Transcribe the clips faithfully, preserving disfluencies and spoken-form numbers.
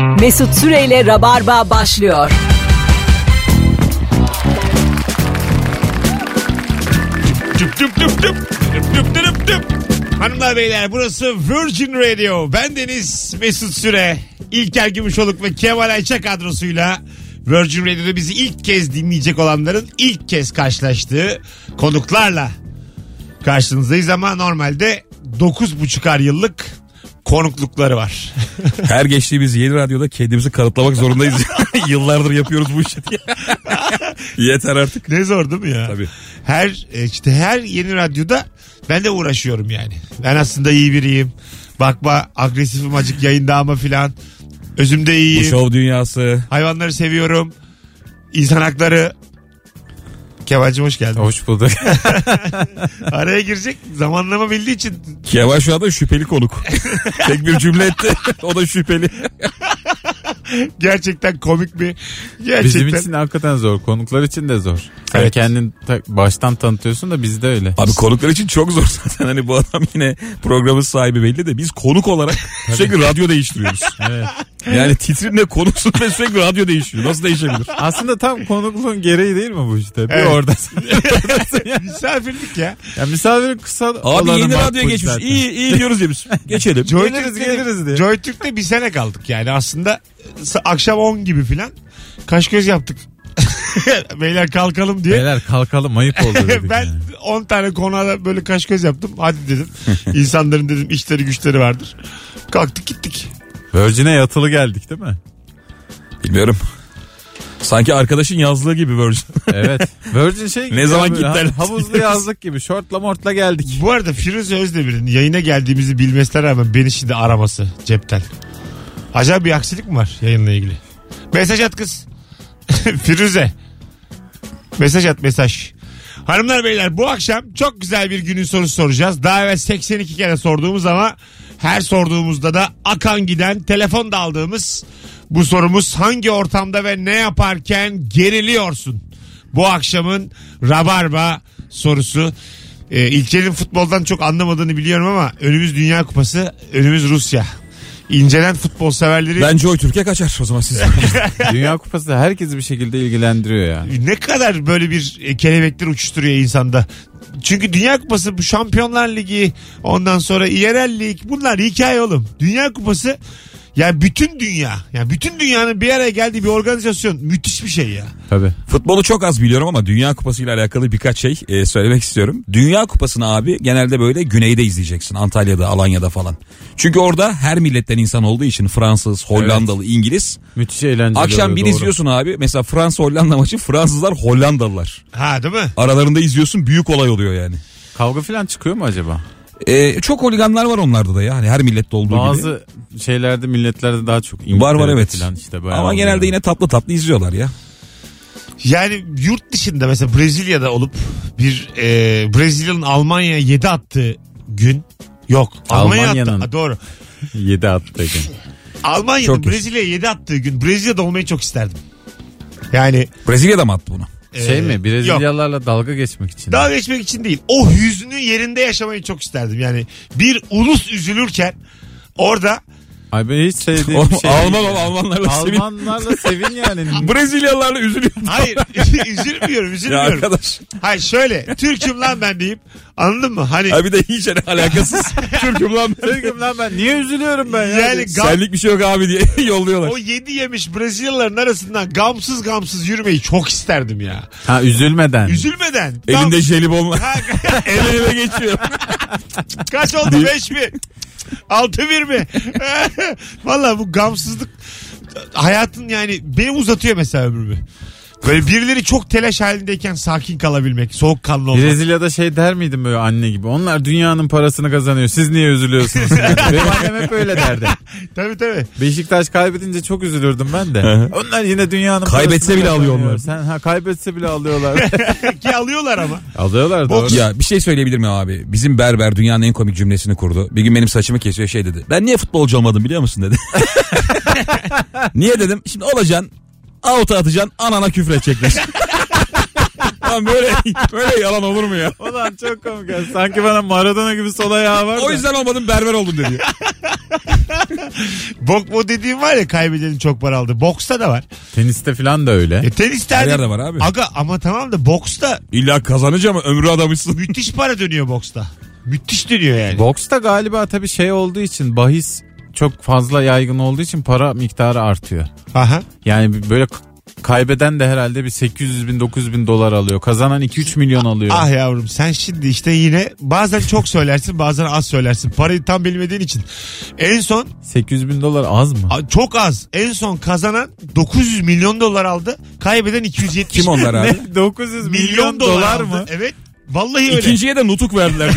Mesut Süreyle Rabarba başlıyor. Tüp tüp tüp tüp tüp tüp tüp. Hanımlar beyler, burası Virgin Radio. Bendeniz Mesut Süre, İlker Gümüşoluk ve Kemal Ayça kadrosuyla Virgin Radio'da bizi ilk kez dinleyecek olanların ilk kez karşılaştığı konuklarla karşınızdayız ama normalde dokuz buçukar yıllık konuklukları var. Her geçtiğimiz yeni radyoda kendimizi kanıtlamak zorundayız. Yıllardır yapıyoruz bu işi diye. Yeter artık. Ne zor değil mi ya? Tabii. Her işte her yeni radyoda ben de uğraşıyorum yani. Ben aslında iyi biriyim. Bakma, agresifim acık yayında ama filan. Özümde iyiyim. Bu şov dünyası. Hayvanları seviyorum. İnsan hakları. Kemal'cim hoş geldin. Hoş bulduk. Araya girecek zamanlama bildiği için. Kemal şu anda şüpheli konuk. Tek bir cümle etti. O da şüpheli. Gerçekten komik mi? Gerçekten. Bizim için hakikaten zor. Konuklar için de zor. Sen Evet. kendini ta- baştan tanıtıyorsun da bizde öyle. Abi konuklar için çok zor zaten. Hani bu adam yine programın sahibi belli de biz konuk olarak sürekli radyo değiştiriyoruz. Evet. Yani titrinle konuksun ve sürekli radyo değişiyor. Nasıl değişebilir? Aslında tam konukluğun gereği değil mi bu işte? Bir Evet. oradasın. Misafirlik ya. Ya misafirin kısa Abi olanı yeni makbul radyoya geçmiş. zaten. İyi iyi diyoruz ya biz. Geçelim. Joy Geliriz, Türk'te- geliriz diye. Joy Türk'te bir sene kaldık yani aslında s- akşam on gibi filan kaş göz yaptık. Beyler kalkalım diye. Beyler kalkalım, ayıp oldu dedik. Ben yani. on tane konuğa da böyle kaş göz yaptım. Hadi dedim. İnsanların dedim işleri güçleri vardır. Kalktık gittik. Virgin'e yatılı geldik değil mi? Bilmiyorum. Sanki arkadaşın yazlığı gibi Virgin. Evet. Virgin şey gibi. Ne zaman ya böyle gittiler? ha- Havuzlu yazlık gibi. Şortla mortla geldik. Bu arada Firuze Özdemir'in yayına geldiğimizi bilmesine rağmen beni şimdi araması cepten. Acaba bir aksilik mi var yayınla ilgili? Mesaj at kız. Firuze. Mesaj at mesaj. Hanımlar beyler, bu akşam çok güzel bir günün sorusu soracağız. Daha evvel seksen iki kere sorduğumuz ama her sorduğumuzda da akan giden, telefon da aldığımız bu sorumuz: hangi ortamda ve ne yaparken geriliyorsun? Bu akşamın Rabarba sorusu. Ee, İlker'in futboldan çok anlamadığını biliyorum ama önümüz Dünya Kupası, önümüz Rusya. İncelen futbol severleri Bence Joy Türkiye kaçar o zaman siz. Dünya Kupası da herkesi bir şekilde ilgilendiriyor yani. ne kadar böyle bir e, kelebekler uçuşturuyor insanda. Çünkü Dünya Kupası, bu Şampiyonlar Ligi, ondan sonra yerel lig, bunlar hikaye oğlum. Dünya Kupası yani bütün dünya, yani bütün dünyanın bir araya geldiği bir organizasyon, müthiş bir şey ya. Tabii. Futbolu çok az biliyorum ama Dünya Kupası ile alakalı birkaç şey e, söylemek istiyorum. Dünya Kupası'nı abi genelde böyle güneyde izleyeceksin. Antalya'da, Alanya'da falan. Çünkü orada her milletten insan olduğu için Fransız, Hollandalı, İngiliz. Müthiş eğlenceli Akşam oluyor, bir doğru. izliyorsun abi. Mesela Fransa-Hollanda maçı, Fransızlar Hollandalılar. Ha, değil mi? Aralarında izliyorsun, büyük olay oluyor yani. Kavga falan çıkıyor mu acaba? E, çok holiganlar var onlarda da ya. Hani her millette olduğu gibi. Bazı şeylerde, milletlerde daha çok. Var var evet. Falan işte bayağı ama oluyor. genelde yine tatlı tatlı izliyorlar ya. Yani yurt dışında mesela Brezilya'da olup bir e, Brezilya'nın Almanya'ya yedi attığı gün yok. Almanya Almanya'nın. attı. Ha, doğru. Yedi attı gün. Almanya'nın Çok Brezilya'ya yedi attığı gün Brezilya'da olmayı çok isterdim. Yani Brezilya'da mı attı bunu? Şey e, mi? yok. Brezilyalılarla dalga geçmek için. Dalga geçmek için değil. O hüznü yerinde yaşamayı çok isterdim. Yani bir ulus üzülürken orada Ay ben hiç sevdiğim Oğlum, bir şey Alman değil ol, ya. Almanlarla sevin. Almanlarla sevin yani. Brezilyalılarla üzülüyorum. hayır üzülmüyorum Ya üzülmüyorum. arkadaş. Hayır şöyle, Türk'üm lan ben deyip, anladın mı? Hani Ha bir de hiç hani alakasız. Türk'üm lan ben. Türk'üm lan ben. Niye üzülüyorum ben ya? yani gam, Senlik bir şey yok abi diye yolluyorlar. o yedi yemiş Brezilyalıların arasından gamsız gamsız yürümeyi çok isterdim ya. Ha üzülmeden. Üzülmeden. Elinde jelibonla. Ha, El ele geçiyor. kaç oldu, beş mi? Altı bir mi? Valla bu gamsızlık hayatın, yani beni uzatıyor mesela ömrümü. Böyle birileri çok telaş halindeyken sakin kalabilmek, soğukkanlı olmak. Brezilya'da şey der miydim böyle anne gibi? Onlar dünyanın parasını kazanıyor. Siz niye üzülüyorsunuz? Benim annem hep öyle derdi. Tabii tabii. Beşiktaş kaybedince çok üzülürdüm ben de. Onlar yine dünyanın Kaybetse parasını bile alıyor kazanıyor. onlar. Sen ha kaybetse bile alıyorlar. Ki alıyorlar ama. Alıyorlar doğru. Ya bir şey söyleyebilir miyim abi? Bizim berber dünyanın en komik cümlesini kurdu. Bir gün benim saçımı kesiyor, şey dedi. Ben niye futbolcu olmadım biliyor musun dedi. Niye dedim? Şimdi olacaksın, out'a atacaksın, anana küfür edecekler. Lan böyle böyle yalan olur mu ya? Ulan çok komik ya. Sanki bana Maradona gibi sol ayağı var da. O yüzden olmadım, berber oldum dedi. Bok bu dediğim var ya, kaybedenin çok para aldı. Boksta da var. Teniste falan da öyle. E, teniste Her hadi- yerde var abi. Aga ama tamam da boksta İlla kazanacağım ama ömrü adamışsın. müthiş para dönüyor boksta. Müthiş dönüyor yani. Boksta galiba tabii şey olduğu için, bahis çok fazla yaygın olduğu için para miktarı artıyor. Aha. Yani böyle k- kaybeden de herhalde bir sekiz yüz bin dokuz yüz bin dolar alıyor. Kazanan iki üç milyon alıyor. Ah yavrum, sen şimdi işte yine bazen çok söylersin bazen az söylersin. Parayı tam bilmediğin için. En son sekiz yüz bin dolar az mı? a- çok az. En son kazanan dokuz yüz milyon dolar aldı. Kaybeden iki yüz yetmiş Kim onlar abi? Ne? dokuz yüz milyon, milyon dolar, dolar aldı. mı? Evet. Vallahi öyle. İkinciye de nutuk verdiler.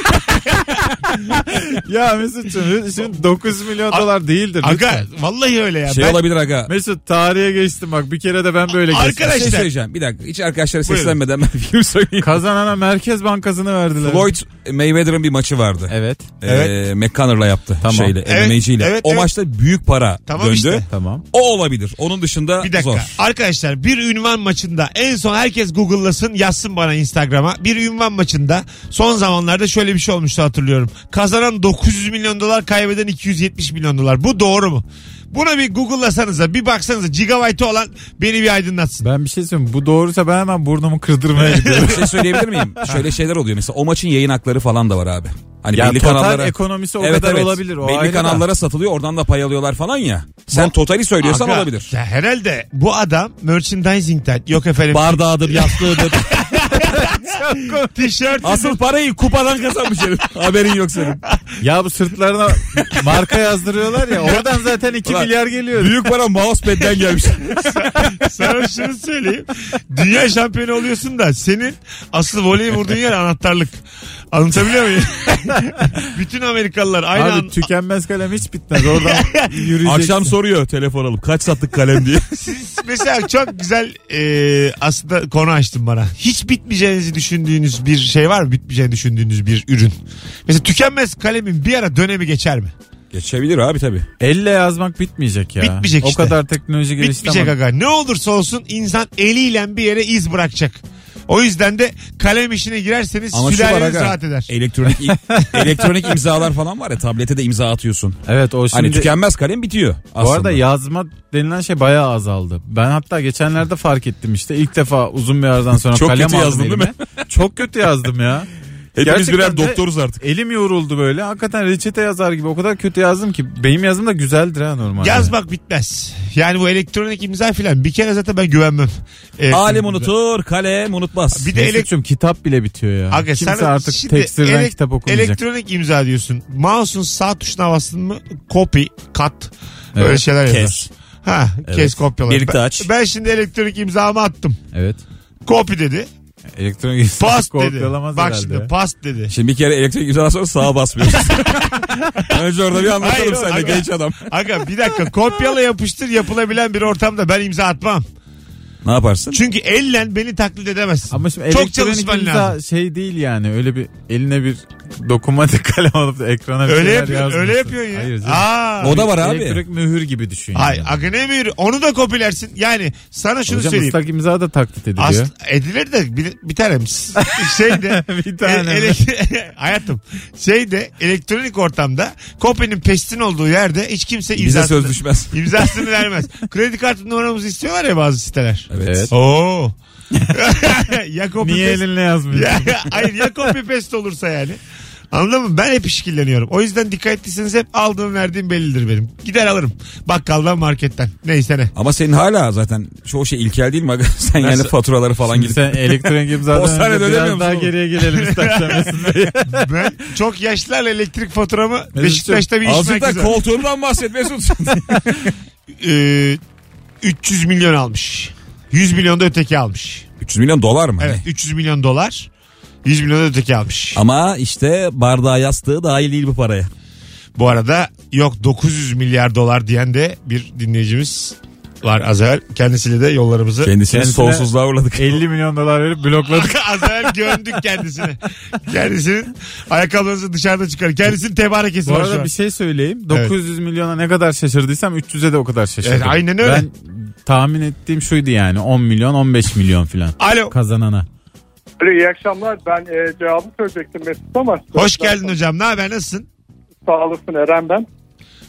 Ya Mesut'cum şimdi dokuz milyon A- dolar değildir Aga lütfen. vallahi öyle ya. Şey Ben- olabilir aga. Mesut tarihe geçtim bak, bir kere de ben böyle geçtim. Arkadaş- Bir şey söyleyeceğim. Bir dakika. Hiç arkadaşlara Buyurun. seslenmeden ben bir film söyleyeyim. Kazanana Merkez Bankası'nı verdiler. Floyd Mayweather'ın bir maçı vardı. Evet. Ee, Evet. McConnor'la yaptı. Tamam. Şeyle, Evet, M M A'ciyle. evet, o evet. maçta büyük para Tamam döndü. işte. Tamam. O olabilir. Onun dışında Bir dakika. zor. Arkadaşlar, bir ünvan maçında en son herkes Google'lasın, yazsın bana Instagram'a. Bir ünvan maçında son zamanlarda şöyle bir şey olmuştu, hatırlıyorum. Kazanan dokuz yüz milyon dolar, kaybeden iki yüz yetmiş milyon dolar. Bu doğru mu? Buna bir Google'lasanıza, bir baksanıza, gigabyte olan beni bir aydınlatsın. Ben bir şey söyleyeyim. Bu doğruysa ben hemen burnumu kırdırmaya gidiyorum. Bir şey söyleyebilir miyim? Şöyle şeyler oluyor. Mesela o maçın yayın hakları falan da var abi. Hani Ya belli total kanallara ekonomisi o Evet, kadar evet. olabilir. O belli ayrı da. kanallara satılıyor. Oradan da pay alıyorlar falan ya. Sen Bu- totali söylüyorsan Aga, olabilir. ya herhalde bu adam merchandising'ten, yok efendim Bardağıdır, yastığıdır. tişört, Asıl parayı kupadan kazanmış herif. Haberin yok senin. Ya bu sırtlarına marka yazdırıyorlar ya, oradan zaten iki Ulan, milyar geliyor. Büyük para mousepad'den gelmiş. sana şunu söyleyeyim. Dünya şampiyonu oluyorsun da senin asıl voleyi vurduğun yer anahtarlık. Anlatabiliyor muyum? Bütün Amerikalılar aynı Abi an... tükenmez kalem hiç bitmez. Oradan yürüyeceksin. Akşam soruyor telefon alıp kaç sattık kalem diye. Siz mesela çok güzel e, aslında konu açtın bana. Hiç bitmeyeceğinizi düşündüğünüz bir şey var mı? Bitmeyeceğini düşündüğünüz bir ürün. Mesela tükenmez kalemin bir ara dönemi geçer mi? Geçebilir abi tabii. Elle yazmak bitmeyecek ya. Bitmeyecek o işte. kadar teknoloji gelişti Bitmeyecek ama. aga. Ne olursa olsun insan eliyle bir yere iz bırakacak. O yüzden de kalem işine girerseniz Ama şu var sülaleniz aga. rahat eder. Elektronik elektronik imzalar falan var ya, tablete de imza atıyorsun. Evet o şimdi. Hani tükenmez kalem bitiyor aslında. Bu arada yazma denilen şey bayağı azaldı. Ben hatta geçenlerde fark ettim işte. İlk defa uzun bir aradan sonra Çok kalem kötü aldım yazdın değil elime. Çok kötü yazdım ya. Hepimiz birer Gerçekten de doktoruz artık. Elim yoruldu böyle. Hakikaten reçete yazar gibi o kadar kötü yazdım ki. Benim yazım da güzeldir ha normalde. Yazmak bitmez. Yani bu elektronik imza filan bir kere zaten ben güvenmem. Ee, Alem unutur, kalem unutmaz. Bir de elek- Mesut'cum kitap bile bitiyor ya. Aga, Kimse sana artık şimdi tekstilden elek- kitap okumayacak. Elektronik imza diyorsun. Mouse'un sağ tuşuna bastın mı copy, cut öyle Evet, şeyler kes. yazar. Ha, kes kopyala. Birlikte Ben, aç. ben şimdi elektronik imzamı attım. Evet. Copy dedi. Elektronik Paste dedi. kopyalamaz Bak herhalde şimdi ya. paste dedi. Şimdi bir kere elektrik imzadan sonra sağa basmıyorsun. Önce orada bir anlatalım Hayır, sen de aga. genç adam. Aga bir dakika, kopyala yapıştır yapılabilen bir ortamda ben imza atmam. Ne yaparsın? Çünkü elle beni taklit edemezsin. Ama şimdi Çok elektronik çalışman imza lazım. şey değil yani. Öyle bir eline bir dokunmatik kalem alıp da ekrana bir Öyle şeyler yapıyor, yazmıyorsun. öyle yapıyorsun ya. Hayır canım. Aa. O da var abi. Elektrik mühür gibi düşün. Yani. Ay, aga ne mühür? Onu da kopyalersin. Yani sana şunu Hocam söyleyeyim. ıslak imza da taklit ediliyor. Asl- edilir de bir, bir tane şeyde Bir tane mi? ele- hayatım şeyde elektronik ortamda kopyanın pestin olduğu yerde hiç kimse Bize imzasını, söz düşmez. imzasını vermez. Kredi kartı numaramızı istiyorlar ya bazı siteler. Evet. Evet. Oo. ya copy Niye paste- elinle yazmıyorsun? ya, hayır ya copy paste olursa yani. Anladın mı? Ben hep işkilleniyorum. O yüzden dikkat ettiyseniz hep aldığım verdiğim bellidir benim. Gider alırım. Bakkaldan, marketten. Neyse ne. Ama senin hala zaten çoğu şey ilkel değil mi aga? Sen yani Nasıl? faturaları falan Şimdi gidip. sen elektronik imzadan Postanede önce ödemiyor biraz musun daha oğlum? geriye gelelim istersen Mesut Bey. Ben çok yaşlılarla elektrik faturamı Beşiktaş'ta bir iş Azıcık da merkezi var. koltuğundan bahset Mesut. Ee, üç yüz milyon almış. yüz milyon da öteki almış. üç yüz milyon dolar mı? Evet, Ne? üç yüz milyon dolar. yüz milyon da öteki almış. Ama işte bardağı yastığı dahil değil bu paraya. Bu arada yok dokuz yüz milyar dolar diyen de bir dinleyicimiz var az evvel. Kendisiyle de yollarımızı Kendisini Kendisine- sonsuzluğa uğurladık. elli milyon dolar verip blokladık. az evvel gömdük kendisini. Kendisinin ayakkabılarınızı dışarıda çıkar. Kendisinin tebarekesi Bu var şu arada an. bir şey söyleyeyim. dokuz yüz milyona ne kadar şaşırdıysam üç yüze de o kadar şaşırdım. Evet, aynen öyle. Ben tahmin ettiğim şuydu yani on milyon on beş milyon filan Alo. kazanana. Alo, iyi akşamlar. Ben e, cevabı söyleyecektim Mesut ama. Hoş geldin hocam. Ne haber? Nasılsın? Sağ olasın Eren ben.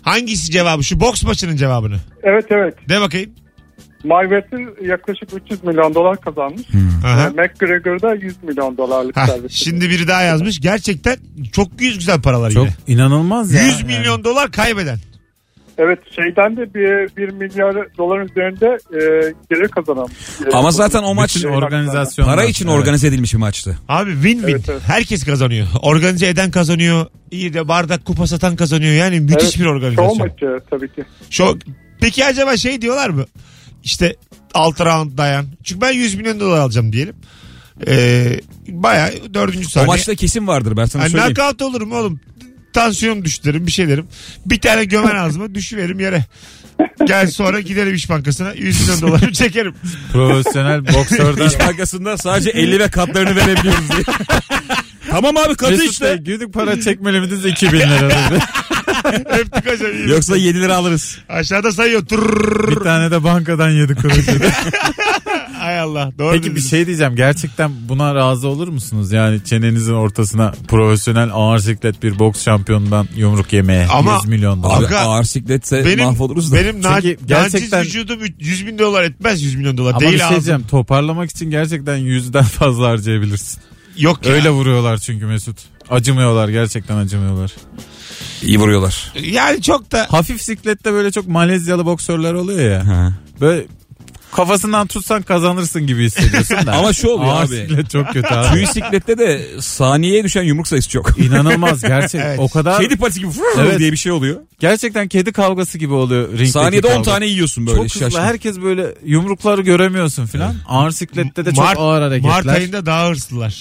Hangisi cevabı? Şu boks maçının cevabını. Evet evet. De bakayım. Mayweather yaklaşık üç yüz milyon dolar kazanmış. Aha. McGregor da yüz milyon dolarlık Hah, servis. şimdi biri daha yazmış. Gerçekten çok güzel, güzel paralar Çok yine. inanılmaz ya. yüz milyon dolar kaybeden. Evet şeyden de bir, bir milyar doların üzerinde e, gelir kazanan. Ama zaten o maç Bütün organizasyon. para için Evet. organize edilmiş bir maçtı. Abi win-win. Evet, evet. Herkes kazanıyor. Organize eden kazanıyor. İyi de bardak kupa satan kazanıyor. Yani müthiş Evet, bir Çoğu organizasyon. maçı tabii ki. Şu, peki acaba şey diyorlar mı? İşte altı round dayan. Çünkü ben yüz milyon dolar alacağım diyelim. Ee, bayağı dördüncü O saniye. maçta kesin vardır ben sana Yani söyleyeyim. knockout olurum oğlum. Tansiyonum düştü derim, bir şey derim. Bir tane gömen ağzıma düşüverim yere. Gel sonra gidelim İş Bankası'na yüz milyon dolarımı çekerim. Profesyonel boksörden. İş Bankası'nda sadece elli ve katlarını verebiliyoruz diye. Tamam abi katı Mesut işte. Bey günlük para çekme limitiniz iki bin lira dedi. Öptük hocam. iyi. Yoksa yedi lira alırız. Aşağıda sayıyor. Turrrr. Bir tane de bankadan yedi kuruş dedi. Ay Allah. Doğru Peki bir dediniz. şey diyeceğim. Gerçekten buna razı olur musunuz? Yani çenenizin ortasına profesyonel ağır siklet bir boks şampiyonundan yumruk yemeye Ama- yüz milyon dolar. Abi Aga, ağır sikletse Benim, mahvoluruz da. benim na- Çünkü gerçekten- naciz vücudum yüz bin dolar etmez yüz milyon dolar. Ama Değil bir şey ağzım. diyeceğim. Toparlamak için gerçekten yüzden fazla harcayabilirsin. Yok ya. Öyle vuruyorlar çünkü Mesut. Acımıyorlar, gerçekten acımıyorlar. İyi vuruyorlar. Yani çok da Hafif siklette böyle çok Malezyalı boksörler oluyor ya. Ha. Böyle kafasından tutsan kazanırsın gibi hissediyorsun da. Ama şu oluyor Ağır abi. siklet çok kötü abi. Tüy siklette de saniyeye düşen yumruk sayısı çok. İnanılmaz gerçek. Evet. O kadar Kedi patisi gibi Evet. diye bir şey oluyor. gerçekten kedi kavgası gibi oluyor ringdeki Saniyede on kavga. tane yiyorsun böyle Çok hızlı, şaşkın. herkes böyle yumrukları göremiyorsun filan. Ağır siklette de çok Mart, ağır hareketler. Mart ayında daha hırslılar.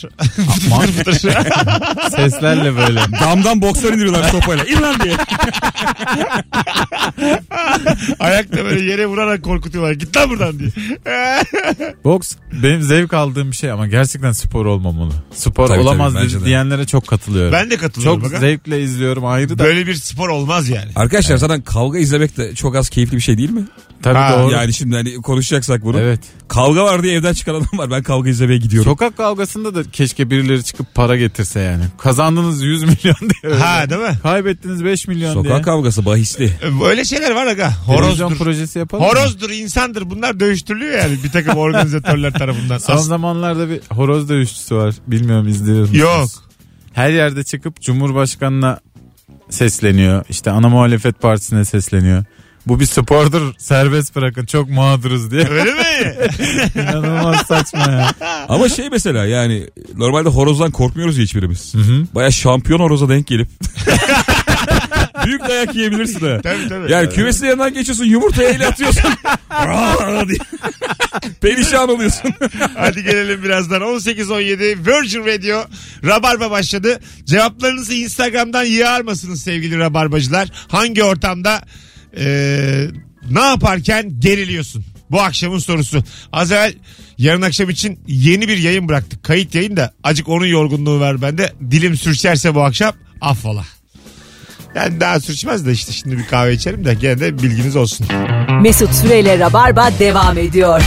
Seslerle böyle. Damdan boksör indiriyorlar sopayla. İn lan diye. Ayakta böyle yere vurarak korkutuyorlar. Git lan buradan diye. Boks benim zevk aldığım bir şey ama gerçekten spor olmamalı. Spor Tabii, olamaz tabii, bence de. diyenlere çok katılıyorum. Ben de katılıyorum. çok bak ha. zevkle izliyorum ayrı da. Böyle bir spor olmaz yani. Arkadaşlar zaten kavga izlemek de çok az keyifli bir şey değil mi? Tabii Ha, doğru. Yani şimdi hani konuşacaksak bunu. Evet. Kavga var diye evden çıkan adam var. Ben kavga izlemeye gidiyorum. Sokak kavgasında da keşke birileri çıkıp para getirse yani. Kazandınız yüz milyon diye. öyle. Ha değil mi? Kaybettiniz beş milyon Sokak diye. kavgası bahisli. Öyle şeyler var aga. Televizyon Horozdur. projesi yapalım mı? Horozdur, insandır. Bunlar dövüştürülüyor yani bir takım organizatörler tarafından. Son As- zamanlarda bir horoz dövüşçüsü var. Bilmiyorum izliyor musunuz? Yok. Her yerde çıkıp Cumhurbaşkanı'na sesleniyor. İşte ana muhalefet partisine sesleniyor. Bu bir spordur, serbest bırakın, çok mağduruz diye. Öyle mi? İnanılmaz saçma ya. Ama şey mesela yani normalde horozdan korkmuyoruz ya hiçbirimiz. Hı hı. Baya şampiyon horoza denk gelip. Büyük dayak yiyebilirsin ha. Tabii tabii. Yani kümesin yanından geçiyorsun yumurtaya el atıyorsun. diye. Perişan oluyorsun. Hadi gelelim birazdan. on sekiz on yedi Virgin Radio Rabarba başladı. Cevaplarınızı Instagram'dan yığar mısınız sevgili Rabarbacılar? Hangi ortamda eee, ne yaparken geriliyorsun? Bu akşamın sorusu. Az evvel yarın akşam için yeni bir yayın bıraktık. Kayıt yayın da acık onun yorgunluğu ver bende. Dilim sürçerse bu akşam affola. Yani daha sürçmez de işte şimdi bir kahve içerim de gene de bilginiz olsun. Mesut Süreyle Rabarba devam ediyor.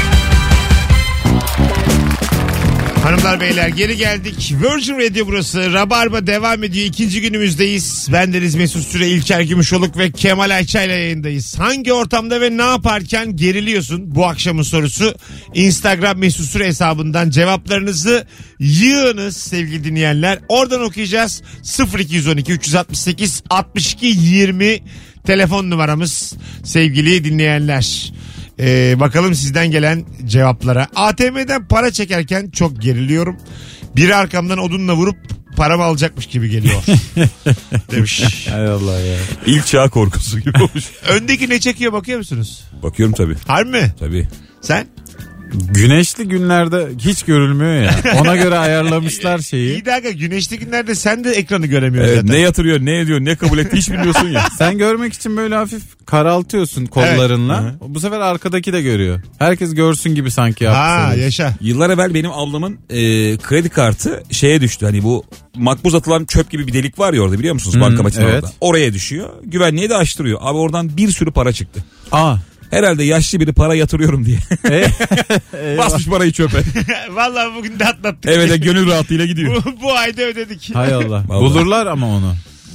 Hanımlar beyler geri geldik. Virgin Radio burası. Rabarba devam ediyor. İkinci günümüzdeyiz. Bendeniz Mesut Süre, İlker Gümüşoluk ve Kemal Ayça ile yayındayız. Hangi ortamda ve ne yaparken geriliyorsun? Bu akşamın sorusu. Instagram Mesut Süre hesabından cevaplarınızı yığınız sevgili dinleyenler. Oradan okuyacağız. sıfır iki on iki üç altı sekiz altmış iki yirmi telefon numaramız sevgili dinleyenler. Ee, bakalım sizden gelen cevaplara. A T M'den para çekerken çok geriliyorum. Biri arkamdan odunla vurup paramı alacakmış gibi geliyor. Demiş. Hay Allah ya. İlk çağ korkusu gibi olmuş. Öndeki ne çekiyor bakıyor musunuz? Bakıyorum tabii. Harbi mi? Tabii. Sen? Güneşli günlerde hiç görülmüyor ya. Ona göre ayarlamışlar şeyi. İyi dakika güneşli günlerde sen de ekranı göremiyorsun Evet, zaten. ne yatırıyor ne ediyor ne kabul etti hiç bilmiyorsun ya. Sen görmek için böyle hafif karaltıyorsun kollarınla. Bu sefer arkadaki de görüyor. Herkes görsün gibi sanki Ha yaptı. yaşa. Yıllar evvel benim ablamın e, kredi kartı şeye düştü. Hani bu makbuz atılan çöp gibi bir delik var ya orada biliyor musunuz? Hmm, Bankamatiğin evet. orada. Oraya düşüyor. Güvenliğe de açtırıyor. Abi oradan bir sürü para çıktı. Aa. Herhalde yaşlı biri para yatırıyorum diye. Basmış parayı çöpe. Vallahi bugün de atlattık. Eve de gönül rahatlığıyla gidiyor. bu, bu ayda ödedik. Hay Allah. Vallahi. Bulurlar ama onu.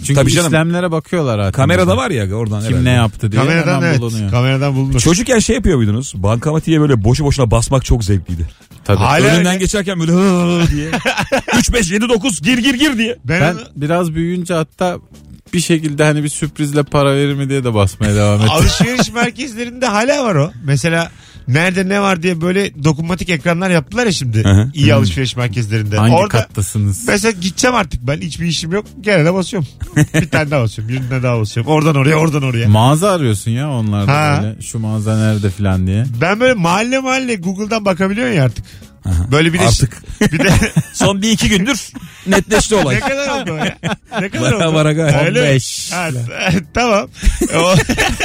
Çünkü Tabii canım. işlemlere bakıyorlar artık. Kamerada var ya oradan Kim herhalde. ne yaptı diye Kameradan hemen evet. bulunuyor. Kameradan bulunur. Çocukken şey yapıyor muydunuz? Bankamatiğe böyle boşu boşuna basmak çok zevkliydi. Tabii. Hala Önünden öyle. geçerken böyle hı diye. üç beş yedi dokuz gir gir gir diye. Ben, Ben onu- biraz büyüyünce hatta bir şekilde hani bir sürprizle para verir mi diye de basmaya devam ettim. alışveriş merkezlerinde hala var o. Mesela nerede ne var diye böyle dokunmatik ekranlar yaptılar ya şimdi. Hı hı. İyi alışveriş merkezlerinde. Hangi Orada kattasınız? mesela gideceğim artık ben, hiçbir işim yok. Gene de basıyorum. Bir tane daha basıyorum. Birine daha basıyorum. Oradan oraya, oradan oraya. Mağaza arıyorsun ya onlarda Ha. böyle. Şu mağaza nerede falan diye. Ben böyle mahalle mahalle Google'dan bakabiliyorsun ya artık. Böyle bir de Artık. bir de Son bir iki gündür netleşti olay. ne kadar oldu o ya? Ne kadar Vara oldu? vara gayet. Öyle mi? on beş. Ha, tamam. O-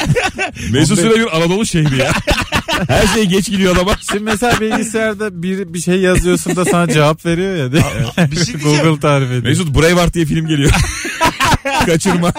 Mesut Süre bir Anadolu şehri ya. Her şey geç gidiyor adama. Şimdi mesela bilgisayarda bir, bir şey yazıyorsun da sana cevap veriyor ya. Değil mi? bir şey diyeceğim. Google tarif ediyor. Mesut Braveheart diye film geliyor. Kaçırma.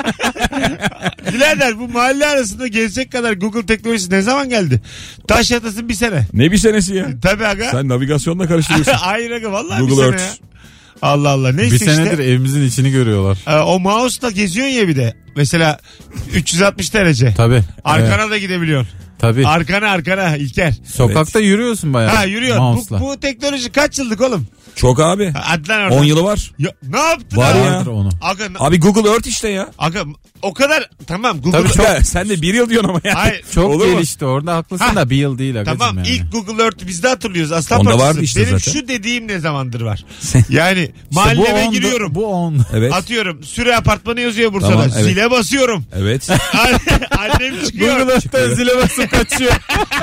Birader bu mahalle arasında gezecek kadar Google teknolojisi ne zaman geldi? Taş yatasın bir sene. Ne bir senesi ya? Tabii aga. Sen navigasyonla karıştırıyorsun. Hayır aga vallahi Google bir sene Earth. ya. Allah Allah. Neyse Bir senedir işte. evimizin içini görüyorlar. e, o mouse'la geziyorsun ya bir de. Mesela üç yüz altmış derece. Tabii. Arkana Evet, da gidebiliyorsun. tabii. Arkana arkana İlker. Sokakta yürüyorsun bayağı. Ha yürüyor. Bu, Mouse'la. bu teknoloji kaç yıllık oğlum? Çok abi. Adlan orada. on yılı var. Ya, ne yaptın Var abi? ya. Vardır onu. Aga, Abi Google Earth işte ya. aga, o kadar tamam Google. Tabii çok- Ya, sen de bir yıl diyorsun ama ya. Hayır. Çok Olur mu? gelişti orada haklısın Ha. da bir yıl değil agacım Tamam yani. ilk Google Earth'ü biz de hatırlıyoruz. Aslan Onda parçası. vardı işte Benim zaten. şu dediğim ne zamandır var. Yani İşte bu mahalleme ondu, giriyorum. Bu on. Evet. Atıyorum Süre Apartmanı yazıyor Bursa'da. Tamam, evet. Zile basıyorum. Evet. Annem çıkıyor. Google Earth'ten zile basıp kaçıyor.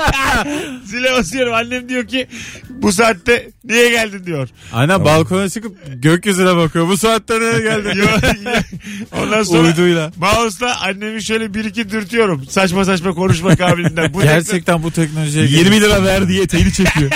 Zile basıyorum. Annem diyor ki bu saatte niye geldin diyor. Aynen balkona çıkıp gökyüzüne bakıyor. Bu saatte nereye geldin? Ondan sonra Uyduyla. mouse'la annemi şöyle bir iki dürtüyorum. Saçma saçma konuşma kabiliğinden. Bu Gerçekten bu teknolojiye yirmi lira ver diye teyli çekiyor.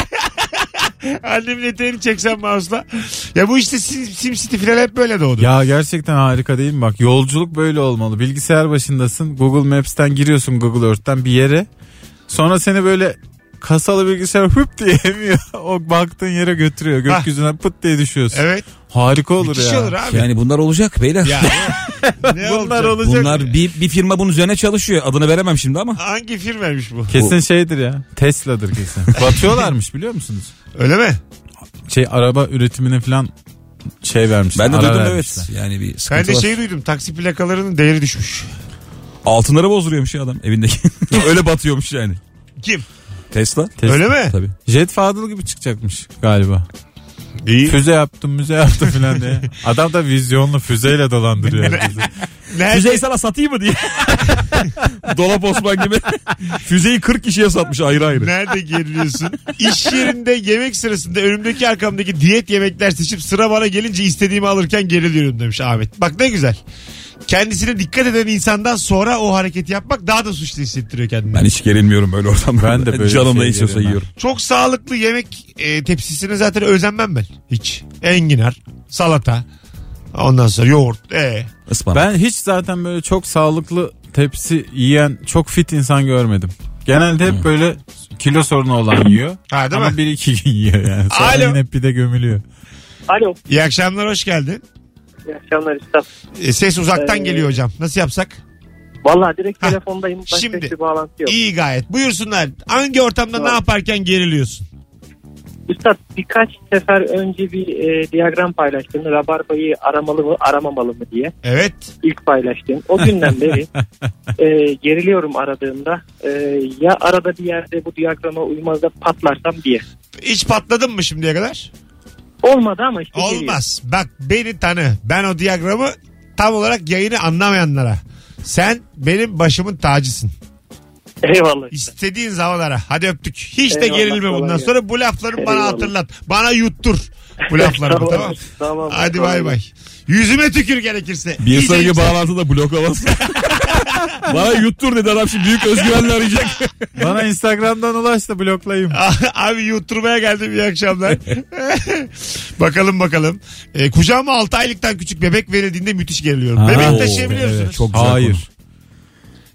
Annemin eteğini çeksem mouse'la. Ya bu işte Sim, SimCity falan hep böyle doğdu. Ya gerçekten harika değil mi? Bak yolculuk böyle olmalı. Bilgisayar başındasın. Google Maps'ten giriyorsun Google Earth'ten bir yere. Sonra seni böyle kasalı bilgisayar hüp diye emiyor. O baktığın yere götürüyor. Gökyüzüne pıt diye düşüyorsun. Evet. Harika olur Müthiş ya. olur abi. Yani bunlar olacak beyler. Ya, ne Bunlar olacak? olacak. Bunlar bir, bir firma bunun üzerine çalışıyor. Adını veremem şimdi ama. Hangi firmaymış bu? Kesin şeydir ya. Tesla'dır kesin. Batıyorlarmış biliyor musunuz? Öyle mi? Şey araba üretimine falan şey vermişler. Ben de ara duydum vermişler. evet. Yani bir Ben sıkıntı de var. şey duydum. Taksi plakalarının değeri düşmüş. Altınları bozduruyormuş ya adam evindeki. Öyle batıyormuş yani. Kim? Tesla. Tesla. Öyle mi? Tabii. Jet Fadıl gibi çıkacakmış galiba. İyi. Füze yaptım müze yaptım falan diye. Adam da vizyonlu füzeyle dolandırıyor bizi. Nerede? Füzeyi sana satayım mı diye. Dolap Osman gibi. Füzeyi kırk kişiye satmış ayrı ayrı. Nerede geriliyorsun? İş yerinde yemek sırasında önümdeki arkamdaki diyet yemekler seçip sıra bana gelince istediğimi alırken geriliyorum demiş Ahmet. Bak ne güzel. Kendisine dikkat eden insandan sonra o hareketi yapmak daha da suçlu hissettiriyor kendini. Ben hiç gerilmiyorum böyle ortamda. Ben de böyle Canım şey ne istiyorsa gerilmem. yiyorum. Çok sağlıklı yemek e, tepsisine zaten özenmem ben. Hiç. Enginar, salata, ondan sonra yoğurt. E. Ispanak. Ben hiç zaten böyle çok sağlıklı tepsi yiyen çok fit insan görmedim. Genelde hep böyle kilo sorunu olan yiyor. Ha, değil Ama mi? bir iki gün yiyor yani. Sonra Alo. yine pide gömülüyor. Alo. İyi akşamlar, hoş geldin. İyi akşamlar üstad. E, ses uzaktan Ee, geliyor hocam. Nasıl yapsak? Valla direkt Hah, telefondayım. Başka şimdi. hiçbir bağlantı yok. İyi gayet. Buyursunlar. Hangi ortamda Tamam. ne yaparken geriliyorsun? Üstad birkaç sefer önce bir e, diyagram paylaştım. Rabarbayı aramalı mı aramamalı mı diye. Evet. İlk paylaştım. O günden beri e, geriliyorum aradığımda. E, ya arada bir yerde bu diyagrama uymaz da patlarsam diye. Hiç patladın mı şimdiye kadar? Olmadı ama işte geliyor. Olmaz. Bak beni tanı. Ben o diyagramı tam olarak yayını anlamayanlara. Sen benim başımın tacısın. Eyvallah. İstediğin zaman ara. Hadi öptük. Hiç de Eyvallah, gerilme kolay bundan gelsin. sonra. Bu lafları bana Eyvallah. hatırlat. Bana yuttur bu laflarımı tamam. Tamam. Hadi Tamam. bay bay. Yüzüme tükür gerekirse. Bir İyice sonraki yüksel. bağlantıda bloklamasın. Bana yuttur dedi adam şimdi büyük özgüvenle arayacak. Bana Instagram'dan ulaş da bloklayayım. Abi yutturmaya geldim, iyi akşamlar. bakalım bakalım. E, kucağıma altı aylıktan küçük bebek verildiğinde müthiş geriliyorum. Ha, bebek oo, taşıyabiliyorsunuz. evet, çok güzel Hayır. konu.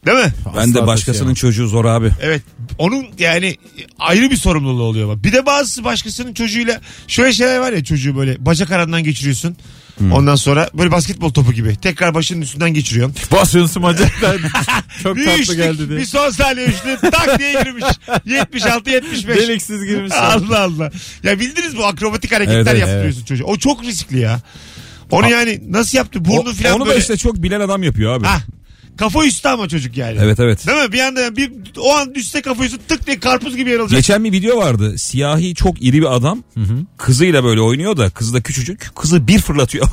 Değil mi? Ben de Asla başkasının taşıyamam. çocuğu zor abi. Evet. Onun yani ayrı bir sorumluluğu oluyor. Bak. Bir de bazısı başkasının çocuğuyla şöyle şeyler var ya, çocuğu böyle bacak arasından geçiriyorsun. Hmm. Ondan sonra böyle basketbol topu gibi tekrar başının üstünden geçiriyorsun. Basıyorsun bacaklar. Çok Bir tatlı üçlük, geldi diye. bir son saniye üçlük tak diye girmiş. yetmiş altı yetmiş beş. Deliksiz girmiş. Allah Allah. Ya bildiniz bu akrobatik hareketler Evet, evet, yaptırıyorsun çocuğa. O çok riskli ya. Onu yani nasıl yaptı? Burnu O- falan onu böyle. da işte çok bilen adam yapıyor abi. Hah. Kafa üstü ama çocuk yani. Evet evet. Değil mi? Bir anda bir o an düşse kafa üstü tık diye karpuz gibi yarılacak. Geçen bir video vardı. Siyahi çok iri bir adam. Kızıyla böyle oynuyor da kızı da küçücük. Kızı bir fırlatıyor.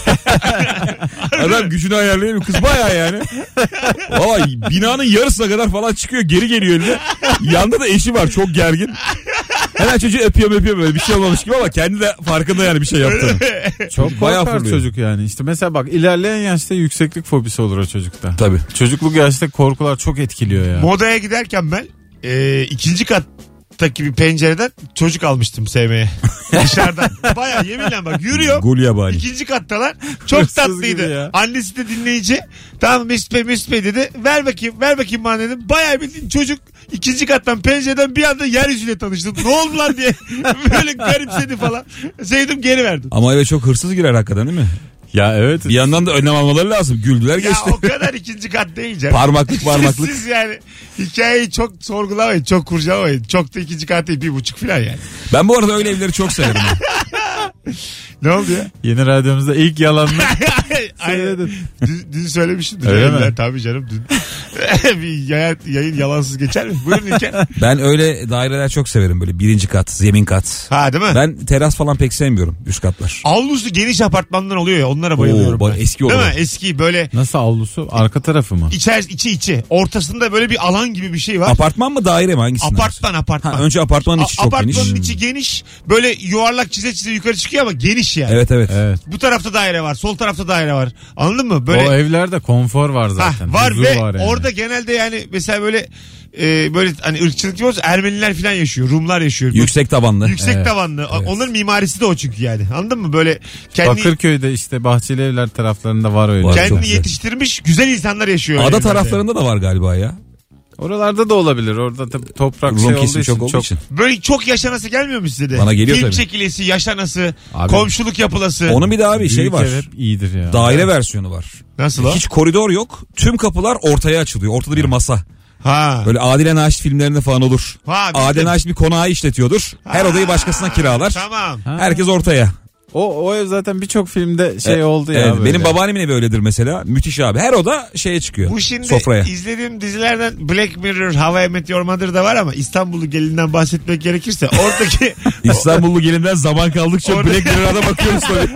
Adam gücünü ayarlayamıyor. Kız bayağı yani. Valla binanın yarısına kadar falan çıkıyor. Geri geliyor eline. Yanında da eşi var çok gergin. Hemen çocuğu öpüyor öpüyor böyle bir şey olmamış gibi ama kendi de farkında yani bir şey yaptığını. Çok Bayağı korkar fırlıyor. çocuk yani. İşte mesela bak ilerleyen yaşta yükseklik fobisi olur o çocukta. Tabii. Çocukluk yaşta korkular çok etkiliyor ya. Modaya giderken ben e, ikinci kattaki bir pencereden çocuk almıştım sevmeye. Dışarıdan. Baya yeminle bak yürüyorum. Gulyabani. İkinci kattalar. Çok Hırsız tatlıydı. gibi ya. Annesi de dinleyici. Tamam Mesut Bey Mesut Bey dedi. Ver bakayım ver bakayım bana dedim. Baya bildiğin çocuk ikinci kattan pencereden bir anda yeryüzüyle tanıştım. Ne oldu lan diye. Böyle garipsedi falan. Sevdim geri verdim. Ama eve çok hırsız girer hakikaten değil mi? Ya evet. Bir yandan da önlem almaları lazım. Güldüler Ya geçti. o kadar ikinci kat değil canım. Parmaklık parmaklık. Siz yani hikayeyi çok sorgulamayın. Çok kurcalamayın. Çok da ikinci kat değil. Bir buçuk falan yani. Ben bu arada öyle evleri çok severim. Ne oldu ya? Yeni radyomuzda ilk yalanını söyledin. Dün, dün söylemiştim. Öyle Yayınlar, mi? tabii canım dün. bir yayın, yayın yalansız geçer mi? Buyurun İlker. Ben öyle daireler çok severim böyle birinci kat, zemin kat. Ha değil mi? Ben teras falan pek sevmiyorum üst katlar. Avlusu geniş apartmanlar oluyor ya, onlara bayılıyorum. Oo, ben. eski olur Değil mi? o. Eski böyle Nasıl avlusu? Arka tarafı mı? içer, içi içi. Ortasında böyle bir alan gibi bir şey var. Apartman mı daire mi hangisinden? Apartman apartman. Ha, önce apartmanın içi A- çok apartmanın geniş. içi geniş. Böyle yuvarlak çize çize yukarı çıkıyor ama geniş yani. Evet evet. Evet. Bu tarafta daire var. Sol tarafta daire var. Anladın mı? Böyle O evlerde konfor var Hah, zaten. var Huzur ve var yani. orada genelde yani mesela böyle e, böyle hani ırkçılık gibi olsa Ermeniler falan yaşıyor. Rumlar yaşıyor. Yüksek tabanlı. Yüksek Evet, tavanlı. evet. Onların mimarisi de o çünkü yani. Anladın mı? Böyle kendi Bakırköy'de işte Bahçeli Evler taraflarında var öyle. Var. çok kendini güzel. yetiştirmiş güzel insanlar yaşıyor. Ada evlerde. taraflarında da var galiba ya. Oralarda da olabilir. Orada tabii toprak Rum şey olduğu kesimi için çok olduğu için. Böyle çok yaşanası gelmiyor mu size de? Bana geliyor Film tabii. çekilesi, yaşanası, Abi, komşuluk yapılası. Onun bir daha bir şey Büyük var. ev hep iyidir ya. Daire versiyonu var. Nasıl o? Hiç koridor yok. Tüm kapılar ortaya açılıyor. Ortada bir masa. Ha. Böyle Adile Naşit filmlerinde falan olur. Ha, bildim. Adile Naşit bir konağı işletiyordur. Her odayı başkasına kiralar. Tamam. Ha. Herkes ortaya. O, o ev zaten birçok filmde şey Evet, oldu ya. evet, böyle. benim babaannemin evi öyledir mesela. Müthiş abi. Her oda şeye çıkıyor. Bu şimdi Sofraya. izlediğim dizilerden Black Mirror, How I Met Your Mother'da var ama İstanbullu gelinden bahsetmek gerekirse oradaki İstanbullu gelinden zaman kaldıkça Orada- Black Mirror'a da bakıyoruz tabii.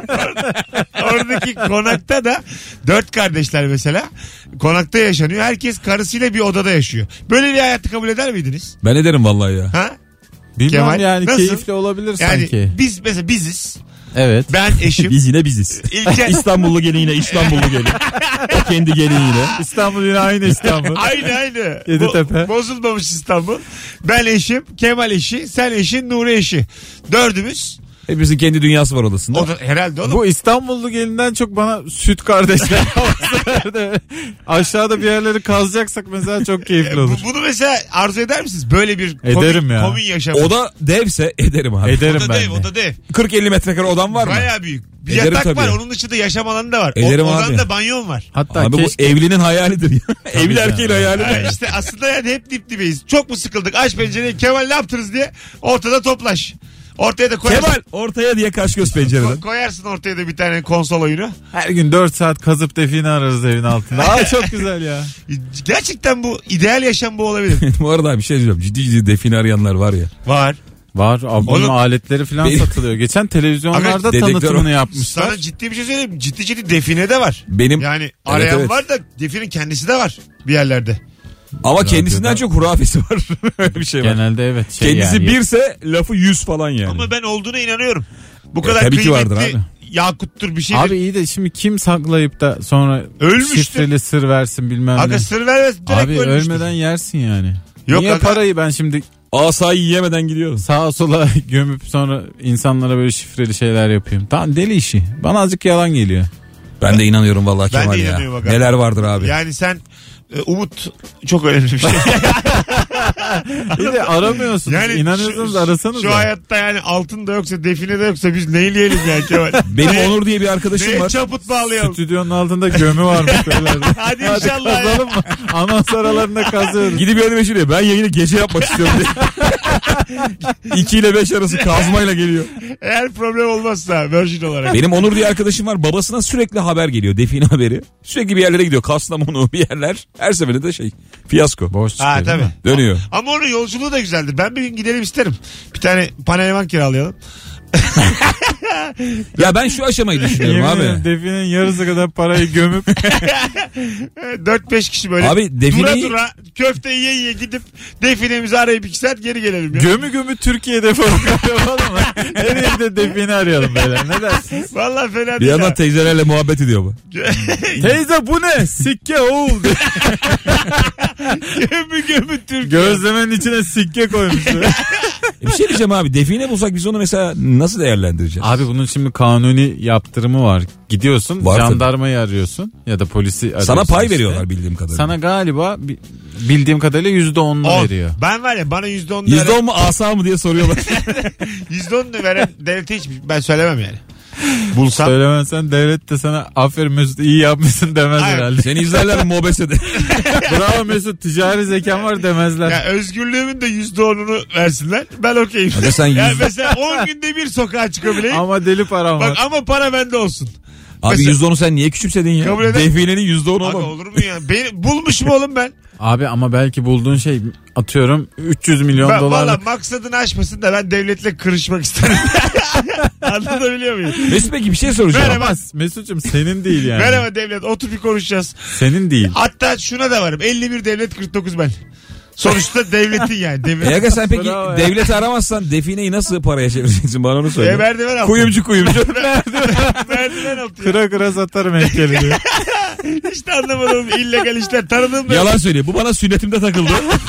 oradaki konakta da dört kardeşler mesela konakta yaşanıyor. Herkes karısıyla bir odada yaşıyor. Böyle bir hayatı kabul eder miydiniz? Ben ederim vallahi ya. Ha? Bilmem Kemal, yani nasıl? keyifli olabilir Yani sanki. biz mesela biziz. Evet. Ben eşim. Biz yine biziz. İlker. İstanbullu gelin yine İstanbullu gelin. O kendi gelin yine. İstanbul yine aynı İstanbul. Aynı aynı. Yeditepe. Bo- bozulmamış İstanbul. Ben eşim, Kemal eşi, sen eşin, Nuri eşi. Dördümüz. Hepimizin kendi dünyası var odasında. O da herhalde oğlum. Bu İstanbullu gelinden çok bana süt kardeşler havası verdi. Aşağıda bir yerleri kazacaksak mesela çok keyifli olur. Bu- Bunu mesela arzu eder misiniz? Böyle bir Ederim komün, ya. komün yaşamı. O da devse ederim abi. Ederim o da ben dev, de. o da dev. kırk elli metrekare odam var mı? Baya büyük. Bir Ederim yatak tabii. var. Onun dışında yaşam alanı da var. O, Ederim abi. odanda banyon var. Hatta Abi keşke bu evlinin hayalidir ya. Evli canım. erkeğin hayalidir. Ha işte aslında yani hep dip dibeyiz. Çok mu sıkıldık? Aç pencereyi. Kemal ne yaptınız diye ortada toplaş. Ortaya da koyarsın. Kemal ortaya diye kaş göz pencereden. Ko- koyarsın ortaya da bir tane konsol oyunu. her gün dört saat kazıp define ararız evin altında. Aa çok güzel ya. Gerçekten bu ideal yaşam bu olabilir. Bu arada bir şey diyeceğim. Ciddi ciddi define arayanlar var ya. Var. Var abi bunun Oğlum, aletleri falan benim- satılıyor. Geçen televizyonlarda Abi, dedektör tanıtımını o. yapmışlar. Sana ciddi bir şey söyleyeyim. Ciddi ciddi define de var. Benim Yani arayan evet. var da definin kendisi de var bir yerlerde. Ama kendisinden Radyoda- çok hurafesi var. Öyle bir şey var. Genelde evet. Şey Kendisi yani, birse lafı yüz falan yani. Ama ben olduğuna inanıyorum. Bu E, kadar tabii ki vardır kıymetli abi. yakuttur bir şeydir. Abi iyi de şimdi kim saklayıp da sonra Ölmüştür. şifreli sır versin bilmem Aga ne. sır vermez. Direkt Abi ölmüştür. ölmeden yersin yani. Yok Niye aga. parayı ben şimdi Asayı yiyemeden gidiyoruz. sağa sola gömüp sonra insanlara böyle şifreli şeyler yapayım. Tamam deli işi. Bana azıcık yalan geliyor. Ben de inanıyorum vallahi Ben de Kemal ya. inanıyorum aga. Neler vardır abi. Yani sen e, umut çok önemli bir şey. Bir de aramıyorsunuz. Yani İnanıyorsunuz şu, arasanız Şu da. hayatta yani altın da yoksa, define de yoksa biz neyleyelim yani Kemal? Benim ne, Onur diye bir arkadaşım ne var. çaput bağlayalım. Stüdyonun altında gömü varmış böyle. Hadi Hadi inşallah kazalım mı? Anons aralarında kazıyoruz. Gidip yanıma şuraya ben yayını gece yapmak istiyorum diye. iki ile beş arası kazmayla geliyor. Eğer problem olmazsa Virgin olarak. Benim Onur diye arkadaşım var. Babasına sürekli haber geliyor. Define haberi. Sürekli bir yerlere gidiyor. Kastamonu bir yerler. Her seferinde de şey fiyasko. Boş çıkıyor. Ha tabii. Dönüyor. Ama onun yolculuğu da güzeldir. Ben bir gün gidelim isterim. Bir tane panelman kiralayalım. Ya ben şu aşamayı düşünüyorum Yemin abi. ederim Define'nin yarısı kadar parayı gömüp dört beş kişi böyle Abi defineyi- dura dura köfte yiye yiye gidip definemizi arayıp iki saat geri gelelim. Ya. gömü gömü Türkiye'de falan yapalım mı? Her yerde Define arayalım böyle. Ne dersiniz? Vallahi fena Bir değil. yandan ha. teyzelerle muhabbet ediyor bu. Teyze bu ne? Sikke oğul. gömü gömü Türkiye. Gözlemenin içine sikke koymuşlar. E bir şey diyeceğim abi. Define bulsak biz onu mesela nasıl değerlendireceğiz? Abi bunun şimdi kanuni yaptırımı var. Gidiyorsun Var jandarmayı arıyorsun ya da polisi arıyorsun. Sana pay işte. veriyorlar bildiğim kadarıyla. Sana galiba bi- bildiğim kadarıyla yüzde onlu On. veriyor. Ben var ya bana yüzde on yüzde on mu asa mı diye soruyorlar. yüzde on veren devlete hiç ben söylemem yani. Bulsam. Söylemezsen devlet de sana aferin Mesut iyi yapmışsın demez Hayır. herhalde. Seni izlerler mobesede. Bravo Mesut ticari zekan var demezler. Ya özgürlüğümün de yüzde onunu versinler. Ben okeyim. Hadi sen Yani yüz- mesela on günde bir sokağa çıkabileyim. Ama deli param var. Bak ama para bende olsun. Abi Mesela- yüzde onu sen niye küçümsedin ya? Kabul eder- Definenin yüzde onu Abi oğlum. olur mu ya? Beni bulmuşum oğlum ben. Abi ama belki bulduğun şey atıyorum üç yüz milyon Ben valla dolarlık. maksadını aşmasın da ben devletle kırışmak isterim. Anlatabiliyor muyum? Mesut peki bir şey soracağım. Merhaba. Olmaz Mesut'cum senin değil yani. Merhaba devlet, otur bir konuşacağız. Senin değil. Hatta şuna da varım, elli bir devlet kırk dokuz ben. Sonuçta devletin yani. Devlet. E aga sen peki Bravo ya. devleti aramazsan defineyi nasıl paraya çevireceksin bana onu söyle. E, merdiven altı. Kuyumcu kuyumcu. Merdiven altı. ya. Kıra kıra satarım heykeli diyor. İşte anlamadım illegal işler. Tanıdığım da. Yalan söylüyor. Bu bana sünnetimde takıldı.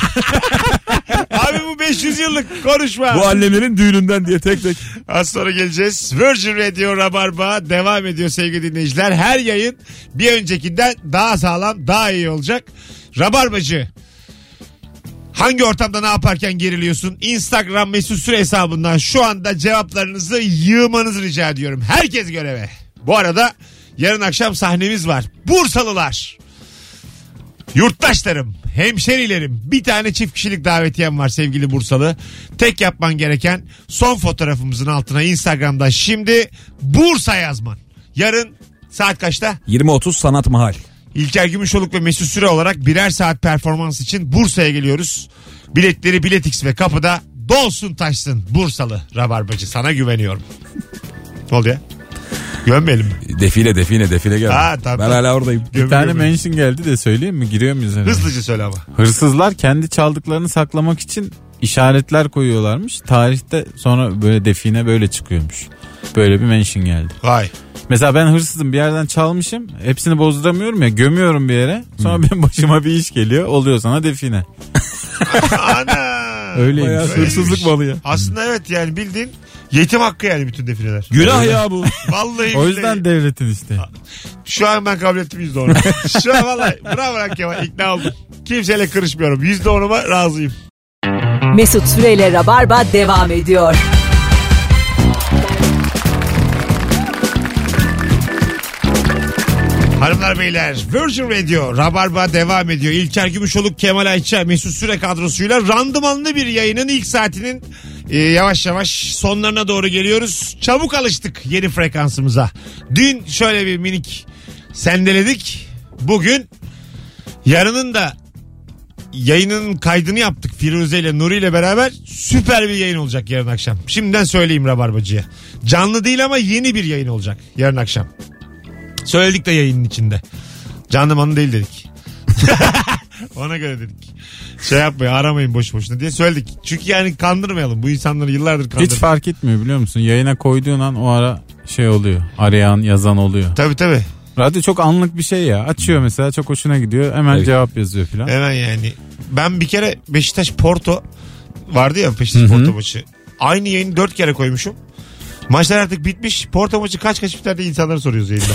Abi bu beş yüz yıllık konuşma. Bu annemlerin düğününden diye tek tek. Az sonra geleceğiz. Virgin Radio Rabarba devam ediyor sevgili dinleyiciler. Her yayın bir öncekinden daha sağlam, daha iyi olacak. Rabarbacı. Hangi ortamda ne yaparken geriliyorsun? Instagram Mesut Süre hesabından şu anda cevaplarınızı yığmanızı rica ediyorum. Herkes göreve. Bu arada yarın akşam sahnemiz var. Bursalılar. Yurttaşlarım, hemşerilerim, bir tane çift kişilik davetiyem var sevgili Bursalı. Tek yapman gereken son fotoğrafımızın altına Instagram'da şimdi Bursa yazman. Yarın saat kaçta? yirmi otuz Sanat Mahal. İlker Gümüşoluk ve Mesut Süre olarak birer saat performans için Bursa'ya geliyoruz. Biletleri Biletix ve kapıda dolsun taşsın Bursalı Rabarbacı. Sana güveniyorum. Ne oldu ya? Gömmeyelim mi? Defile define defile geldi. Ha, tamam. Ben hala oradayım. Bir tane mention geldi de söyleyeyim mi? Giriyor muyuz? herhalde? Hızlıca söyle ama. Hırsızlar kendi çaldıklarını saklamak için işaretler koyuyorlarmış. Tarihte sonra böyle define böyle çıkıyormuş. Böyle bir mention geldi. Vay. Mesela ben hırsızım bir yerden çalmışım. Hepsini bozduramıyorum ya gömüyorum bir yere. Sonra benim başıma bir iş geliyor. Oluyor sana define. Ana. Öyleymiş. Bayağı hırsızlık malı ya. Aslında evet yani bildiğin yetim hakkı yani bütün defineler. Günah ya bu. Vallahi O yüzden billahi. devletin işte. Şu an ben kabul ettim yüzde onu. Şu an vallahi bravo lan Kemal, ikna oldum. Kimseyle kırışmıyorum. Yüzde onuma razıyım. Mesut Süreyle Rabarba devam ediyor. Hanımlar beyler, Virgin Radio Rabarba devam ediyor. İlker Gümüşoluk, Kemal Ayça, Mesut Süre kadrosuyla randımanlı bir yayının ilk saatinin e, yavaş yavaş sonlarına doğru geliyoruz. Çabuk alıştık yeni frekansımıza. Dün şöyle bir minik sendeledik. Bugün yarının da yayının kaydını yaptık Firuze ile Nuri ile beraber. Süper bir yayın olacak yarın akşam. Şimdiden söyleyeyim Rabarbacı'ya. Canlı değil ama yeni bir yayın olacak yarın akşam. Söyledik de yayının içinde. Canlı manı değil dedik. Ona göre dedik. Şey yapmayın, aramayın boş boşuna diye söyledik. Çünkü yani kandırmayalım. Bu insanları yıllardır Hiç kandırmayalım. fark etmiyor biliyor musun? Yayına koyduğun an o ara şey oluyor. Arayan yazan oluyor. Tabii tabii. Radyo çok anlık bir şey ya. Açıyor mesela çok hoşuna gidiyor. Hemen Evet. cevap yazıyor filan. Hemen yani. Ben bir kere Beşiktaş Porto vardı ya, Beşiktaş Hı hı. Porto maçı. Aynı yayını dört kere koymuşum. Maçlar artık bitmiş. Porto maçı kaç kaç biter diye insanlara soruyoruz yayında.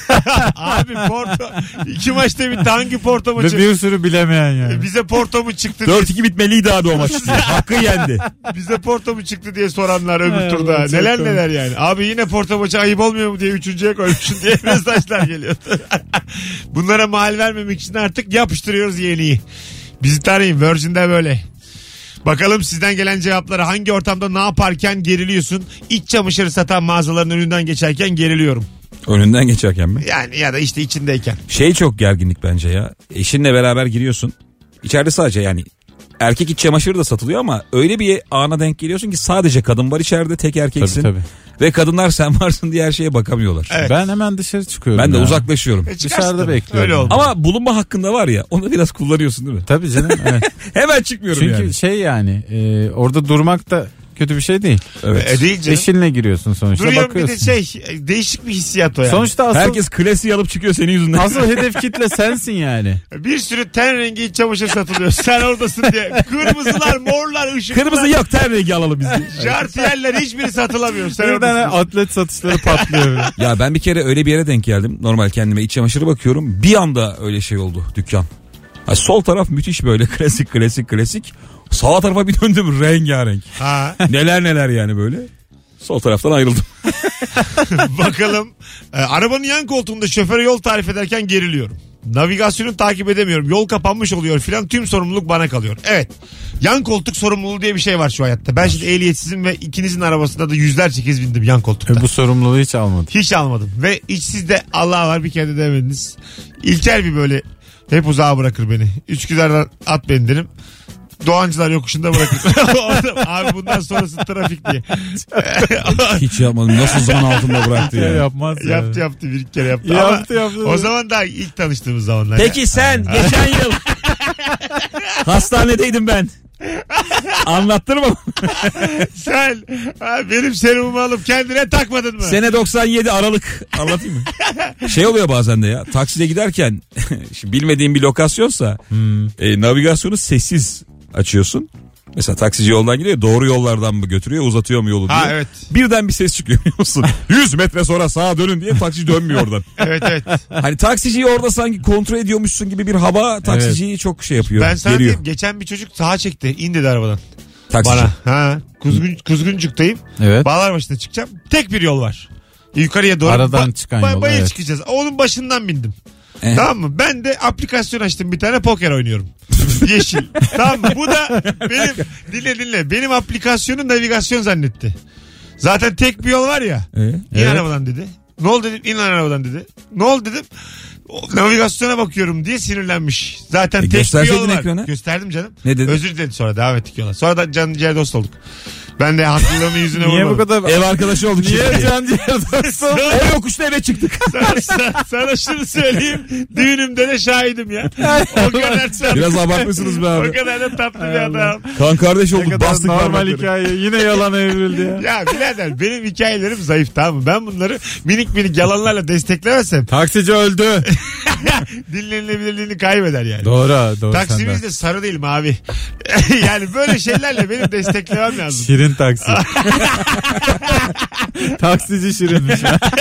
Abi Porto iki maçta bitti. Hangi Porto maçı? Ve bir sürü bilemeyen yani. Bize Porto mu çıktı diye. dört iki bitmeliydi abi o maç. Hakkı yendi. Bize Porto mu çıktı diye soranlar öbür Hay turda. Allah, çok Neler komik. neler yani. Abi yine Porto maçı ayıp olmuyor mu diye üçüncüye koymuşsun diye mesajlar geliyor. Bunlara mal vermemek için artık yapıştırıyoruz yeniyi. Bizi tanıyın. Virgin'de böyle. Bakalım sizden gelen cevapları. Hangi ortamda ne yaparken geriliyorsun? İç çamaşırı satan mağazaların önünden geçerken geriliyorum. Önünden geçerken mi? Yani ya da işte içindeyken. Şey çok gerginlik bence ya. Eşinle beraber giriyorsun. İçeride sadece yani erkek iç çamaşırı da satılıyor ama öyle bir ana denk geliyorsun ki sadece kadın var içeride, tek erkeksin. Tabii, tabii. Ve kadınlar sen varsın diye her şeye bakamıyorlar. Evet. Ben hemen dışarı çıkıyorum. Ben de ya. uzaklaşıyorum. E, çıkarsın Dışarıda tabii. bekliyorum. Öyle oldu. Ama bulunma hakkında var ya, onu biraz kullanıyorsun değil mi? Tabii canım. Evet. Hemen çıkmıyorum Çünkü yani. şey yani e, orada durmak da kötü bir şey değil. Evet. E, değil canım. Eşinle giriyorsun sonuçta, Duruyorum bir bakıyorsun. de şey değişik bir hissiyat o yani. Sonuçta asıl, Herkes klasiği alıp çıkıyor senin yüzünden. asıl hedef kitle sensin yani. Bir sürü ten rengi iç çamaşır satılıyor. Sen oradasın diye. Kırmızılar, morlar, ışıklar. Kırmızı yok, ten rengi alalım biz de. Jartiyerler hiçbiri satılamıyor. Sen Bir tane oradasın. atlet satışları patlıyor. Ya ben bir kere öyle bir yere denk geldim. Normal kendime iç çamaşırı bakıyorum. Bir anda öyle şey oldu dükkan. Ha, sol taraf müthiş böyle klasik klasik klasik. Sağ tarafa bir döndüm rengarenk. Ha. Neler neler yani böyle. Sol taraftan ayrıldım. Bakalım. Ee, arabanın yan koltuğunda şoföre yol tarif ederken geriliyorum. Navigasyonu takip edemiyorum. Yol kapanmış oluyor filan. Tüm sorumluluk bana kalıyor. Evet. Yan koltuk sorumluluğu diye bir şey var şu hayatta. Ben şimdi ehliyetsizim ve ikinizin arabasında da yüzlerce kez bindim yan koltukta. Bu sorumluluğu hiç almadım. Hiç almadım. Ve içsiz de Allah var, bir kere de demediniz. İlker bir böyle hep uzağa bırakır beni. Üsküdar'dan at beni derim. Doğancılar yokuşunda bırakır. Abi bundan sonrası trafik diye. Hiç yapmadım. Nasıl zan altında bıraktı Ya ya. yapmaz ya. yaptı yaptı bir iki kere yaptı. Yaptı, Ama yaptı. o zaman daha ilk tanıştığımız zamanlar. Peki sen geçen yıl hastanedeydim ben. Anlattırma. Sen ha, benim serumumu alıp kendine takmadın mı? Sene doksan yedi Aralık. Anlatayım mı? Şey oluyor bazen de ya. Takside giderken şimdi bilmediğin bir lokasyonsa Hmm. e, navigasyonu sessiz açıyorsun. Mesela taksici yoldan gidiyor, doğru yollardan mı götürüyor, uzatıyor mu yolu diye. Ha evet. Birden bir ses çıkıyor biliyor musun? yüz metre sonra sağa dönün diye taksici dönmüyor oradan. Evet evet. Hani taksiciyi orada sanki kontrol ediyormuşsun gibi bir hava taksiciyi çok şey yapıyor. Ben sana geriyor. diyeyim, geçen bir çocuk sağa çekti. İn dedi arabadan. Taksici. Bana. Ha, Kuzgun, Kuzguncuktayım. Evet. Bağlarbaşı'na çıkacağım. Tek bir yol var. Yukarıya doğru. Aradan çıkan yol, Bayır evet. çıkacağız. Onun başından bindim. Eh. Tamam mı? Ben de aplikasyon açtım, bir tane poker oynuyorum. Yeşil. Tamam mı? Bu da benim, dinle dinle. Benim aplikasyonu navigasyon zannetti. Zaten tek bir yol var ya. E? İn Evet. arabadan dedi. Ne oldu dedim. İn lan arabadan dedi. Ne oldu dedim. O, navigasyona bakıyorum diye sinirlenmiş. Zaten E, tek bir gösterseydin yol var. ekranı. Gösterdim canım. Ne dedi? Özür diledi, sonra devam ettik yola. Sonra da can ciğer dost olduk. Ben de haklılığımı yüzüne Niye bu vurmadım. kadar... Ev arkadaşı olduk. Niye şimdi. can ciğer dostum? O yokuşta eve çıktık. sana, sana, sana şunu söyleyeyim. Düğünümde de şahidim ya. O kadar tatlı. Biraz abartmışsınız be O abi. kadar da tatlı bir adam. Kan kardeş Ne olduk, kadar bastık normal parmakları. hikaye. Yine yalan evrildi ya. Ya birader benim hikayelerim zayıf, tamam mı? Ben bunları minik minik yalanlarla desteklemezsem Taksici öldü. dinlenilebilirliğini kaybeder yani. Doğru doğru. Taksimiz senden. de sarı değil mavi. Yani böyle şeylerle benim desteklemem lazım. Şirin taksi. Taksici şirinmiş.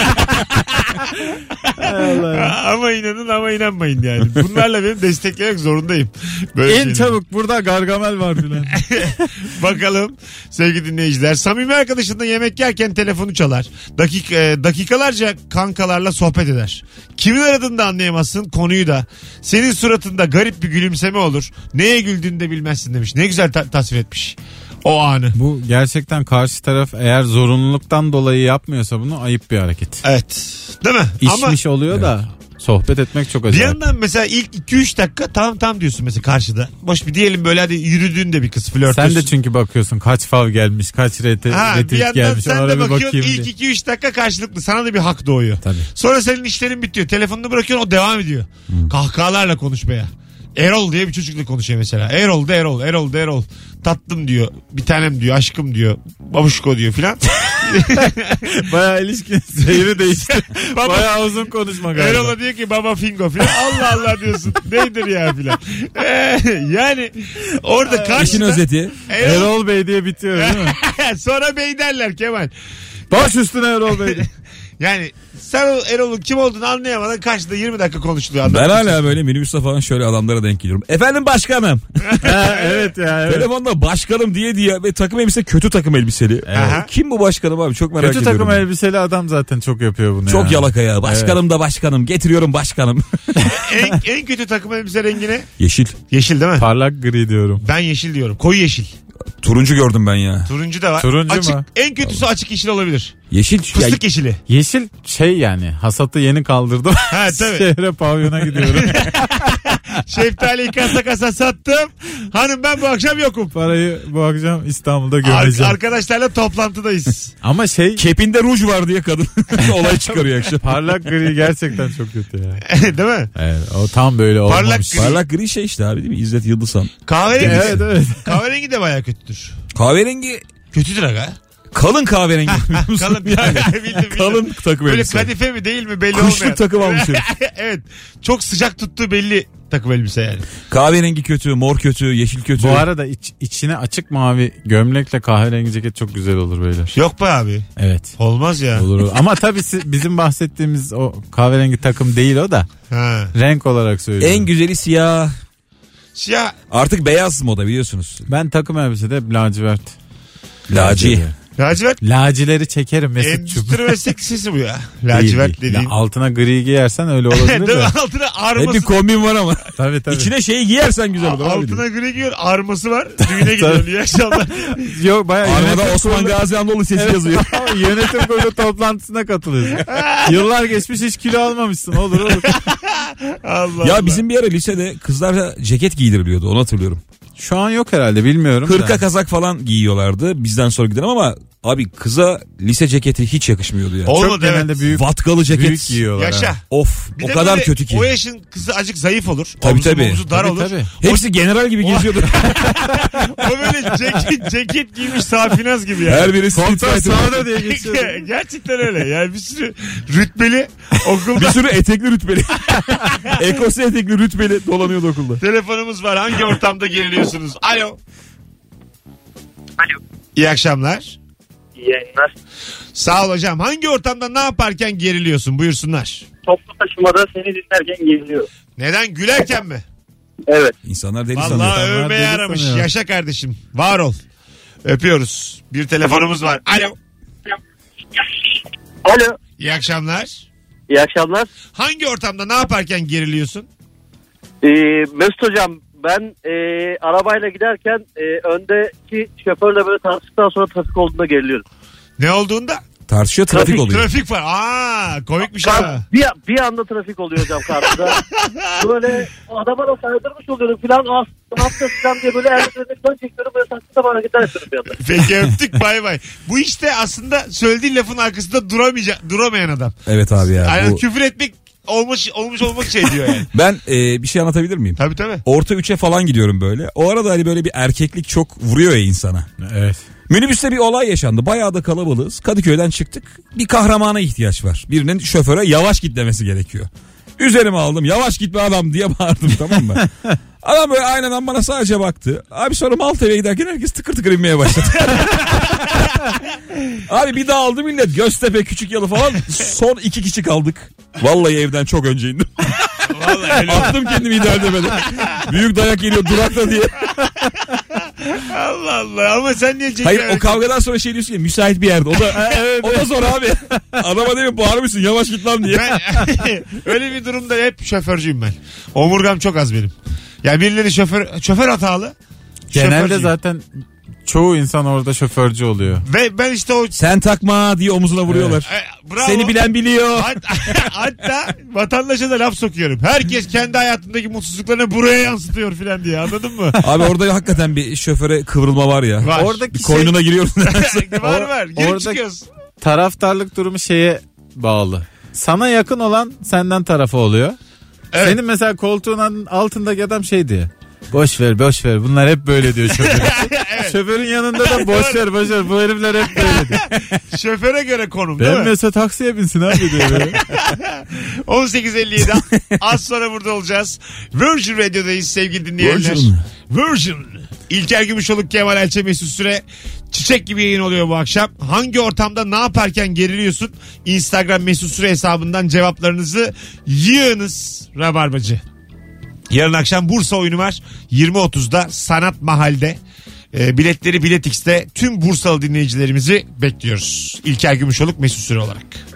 Allah. Ama inanın ama inanmayın yani. Bunlarla benim desteklemek zorundayım. Böyle En şeyleri. çabuk burada Gargamel var filan. Bakalım sevgili dinleyiciler. Samimi arkadaşınla yemek yerken telefonu çalar. Dakik, e, dakikalarca kankalarla sohbet eder. Kimin aradığını da anlayamazsın, konuyu da. Senin suratında garip bir gülümseme olur. Neye güldüğünü de bilmezsin demiş. Ne güzel ta- tasvir etmiş o anı. Bu gerçekten karşı taraf eğer zorunluluktan dolayı yapmıyorsa bunu ayıp bir hareket. Evet. Değil mi? İşmiş oluyor da sohbet etmek çok Bir acayip. yandan mesela ilk iki üç dakika tamam tamam diyorsun mesela karşıda. Boş bir diyelim böyle, hadi yürüdüğün de bir kız flörtöz. Sen de çünkü bakıyorsun kaç fav gelmiş, kaç rete, Ha, bir retweet yandan gelmiş. sen Ona de bir bakıyorsun bakayım ilk diye. iki üç dakika karşılıklı sana da bir hak doğuyor. Tabii. Sonra senin işlerin bitiyor. Telefonunu bırakıyorsun, o devam ediyor. Kahkahalarla konuşmaya. Erol diye bir çocukla konuşuyor mesela. Erol da Erol, Erol da Erol. Tatlım diyor, bir tanem diyor, aşkım diyor, babuşko diyor filan. Bayağı ilişki seyri değişti. Baba- Bayağı uzun konuşma galiba. Erol'a diyor ki baba fingo filan. Allah Allah diyorsun. Nedir ya filan. Ee, yani orada İşin karşıda özeti. Erol, Erol Bey diye bitiyor değil mi? sonra bey derler Kemal. Baş üstüne Erol Bey. Yani sen o Erol'un kim olduğunu anlayamadan karşıda yirmi dakika konuşuluyor. Ben Anladın hala mı? böyle minibüste falan şöyle adamlara denk geliyorum. Efendim başkanım. Ha, evet ya. Evet. Telefonda başkanım diye diye ve takım elbise kötü takım elbiseli. Aha. Kim bu başkanım abi çok merak Kötü ediyorum. takım elbiseli adam zaten çok yapıyor bunu Çok ya. yalaka ya. Başkanım da başkanım. Getiriyorum başkanım. en, en kötü takım elbise rengi ne? Yeşil. Yeşil değil mi? Parlak gri diyorum. Ben yeşil diyorum. Koyu yeşil. Turuncu gördüm ben ya. Turuncu da var. Turuncu açık, mu? En kötüsü açık yeşil olabilir. Yeşil. Fıstık yeşili. Yeşil şey yani hasatı yeni kaldırdım. Ha tabii. Şehre pavyona gidiyorum. Şeftaliyi kasa kasa sattım. Hanım ben bu akşam yokum. Parayı bu akşam İstanbul'da Ar- gömeceğim. arkadaşlarla toplantıdayız. Ama şey Kepinde ruj var diye kadın olay çıkarıyor akşam. parlak gri gerçekten çok kötü ya. Değil mi? Evet, o tam böyle Parlak olmamış. gri. Parlak gri şey işte abi değil mi? İzzet Yıldızhan. Kahverengi. Evet evet. Kahverengi de bayağı kötüdür. Kahverengi Kötüdür aga. kalın kahverengi. Kalın. bildim, bildim. Kalın takım Böyle elbise. kadife mi değil mi belli olmayan. Kışlık takım almış herif. Evet. Çok sıcak tuttuğu belli takım elbise yani. Kahverengi kötü, mor kötü, yeşil kötü. Bu arada iç, içine açık mavi gömlekle kahverengi ceket çok güzel olur beyler. Yok be abi. Evet. Olmaz ya. Olur. olur. Ama tabii si- bizim bahsettiğimiz o kahverengi takım değil o da. Ha. Renk olarak söylüyorum. En güzeli siyah. Siyah. Artık beyaz moda biliyorsunuz. Ben takım elbisede hep lacivert. Laci. Lacivert. Lacileri çekerim Mesut'cum. Endüstri meslek lisesi bu ya. Lacivert Değil, değil. dediğin. Ya altına gri giyersen öyle olabilir Değil mi? de. Altına Hep arması. bir kombin var ama. Tabii tabii. İçine şeyi giyersen güzel olur abi. Altına gri giyiyor. Arması var. Düğüne gidiyor. İyi akşamlar. Yok bayağı Armada yönetim Osman kurulu- Gazi Anadolu sesi Evet. yazıyor. Yönetim kurulu toplantısına katılıyorsun. Yıllar geçmiş hiç kilo almamışsın. Olur olur. Allah Ya Allah. bizim bir ara lisede kızlara ceket giydiriliyordu onu hatırlıyorum. Şu an yok herhalde bilmiyorum. Hırka da. kazak falan giyiyorlardı bizden sonra giden ama abi kıza lise ceketi hiç yakışmıyordu ya. Olmadı Çok genelde evet. büyük Vatkalı ceket. büyük giyiyorlar. Yaşa. ha. Of Bir o de kadar böyle kötü ki. O yaşın kızı azıcık zayıf olur. Tabii, Omzu tabii. omzu dar Tabii, olur. tabii. Hepsi general gibi geziyordu. O böyle ceket, ceket giymiş Safinaz gibi yani. Her biri Street Komutan Fighter. sağda diye geçiyor. Gerçekten öyle. Yani bir sürü rütbeli okulda. Bir sürü etekli rütbeli. Ekosu etekli rütbeli dolanıyordu okulda. Telefonumuz var. Hangi ortamda geriliyorsunuz? Alo. Alo. İyi akşamlar. İyi yayınlar. Sağ ol hocam. Hangi ortamda ne yaparken geriliyorsun? Buyursunlar. Toplu taşımada seni dinlerken geliyor. Neden? Gülerken mi? Evet. İnsanlar deli sanıyor. Vallahi insanlar övmeye deli aramış. sanıyor. Yaşa kardeşim. Var ol. Öpüyoruz. Bir telefonumuz var. Alo. Alo. İyi akşamlar. İyi akşamlar. Hangi ortamda ne yaparken geriliyorsun? Ee, Mesut hocam ben e, arabayla giderken e, öndeki şoförle böyle tartıştıktan sonra trafik olduğunda geriliyorum. Ne olduğunda? Tartışıyor trafik, Trafik, oluyor. Trafik var. Aa, komikmiş Kar- ha. bir, bir anda trafik oluyor hocam karşıda. Böyle adama da saydırmış oluyorum filan. Ah, ne yapacağız filan diye böyle ellerine dön çekiyorum. Böyle saçma sapan hareketler yapıyorum bir anda. Peki öptük bay bay. Bu işte aslında söylediğin lafın arkasında duramayacak, duramayan adam. Evet abi ya. Yani bu... küfür etmek olmuş olmuş olmak şey diyor yani. Ben e, bir şey anlatabilir miyim? Tabii tabii. Orta üçe falan gidiyorum böyle. O arada hani böyle bir erkeklik çok vuruyor ya insana. Evet. Minibüste bir olay yaşandı. Bayağı da kalabalığız. Kadıköy'den çıktık. Bir kahramana ihtiyaç var. Birinin şoföre yavaş git demesi gerekiyor. Üzerime aldım. Yavaş gitme adam diye bağırdım tamam mı? Adam böyle aynadan bana sadece baktı. Abi sonra Maltepe'ye giderken herkes tıkır tıkır inmeye başladı. Abi bir daha aldı millet. Göztepe, Küçükyalı falan. Son iki kişi kaldık. Vallahi evden çok önce indim. Vallahi öyle. Attım kendimi ideal demeden. Büyük dayak geliyor durakta diye. Allah Allah ama sen niye çekiyorsun? Hayır o kavgadan sonra şey diyorsun ya müsait bir yerde. O da o da zor abi. Adama demin bağırmışsın yavaş git lan diye. Ben öyle bir durumda hep şoförcüyüm ben. Omurgam çok az benim. Ya birileri şoför şoför hatalı. Genelde şoförcüyüm. zaten çoğu insan orada şoförcü oluyor. Ve ben işte o Sen takma diye omuzuna vuruyorlar. E, bravo. Seni bilen biliyor. Hatta, hatta vatandaşa da laf sokuyorum. Herkes kendi hayatındaki mutsuzluklarını buraya yansıtıyor filan diye anladın mı? Abi orada hakikaten bir şoföre kıvrılma var ya. Var. Oradaki Bir şey, koynuna giriyorsun. var var. Girip Oradaki- çıkıyoruz. taraftarlık durumu şeye bağlı. Sana yakın olan senden tarafı oluyor. Evet. Senin mesela koltuğunun altındaki adam şey diyor. Boş ver boş ver bunlar hep böyle diyor şoför. Şoförün yanında da boş ver boş ver bu herifler hep böyle diyor. Şoföre göre konum değil Ben mi? mesela taksiye binsin abi diyor. böyle. on sekiz elli yedi az sonra burada olacağız. Virgin Radio'dayız sevgili dinleyenler. Virgin. Virgin. İlker Gümüşoluk, Kemal Elçe, Mesut Süre. Çiçek gibi yayın oluyor bu akşam. Hangi ortamda ne yaparken geriliyorsun? Instagram Mesut Süre hesabından cevaplarınızı yığınız Rabarbacı. Yarın akşam Bursa oyunu var. yirmi otuzda Sanat Mahal'de. E, biletleri Biletix'te tüm Bursalı dinleyicilerimizi bekliyoruz. İlker Gümüşoluk Mesut Süre olarak.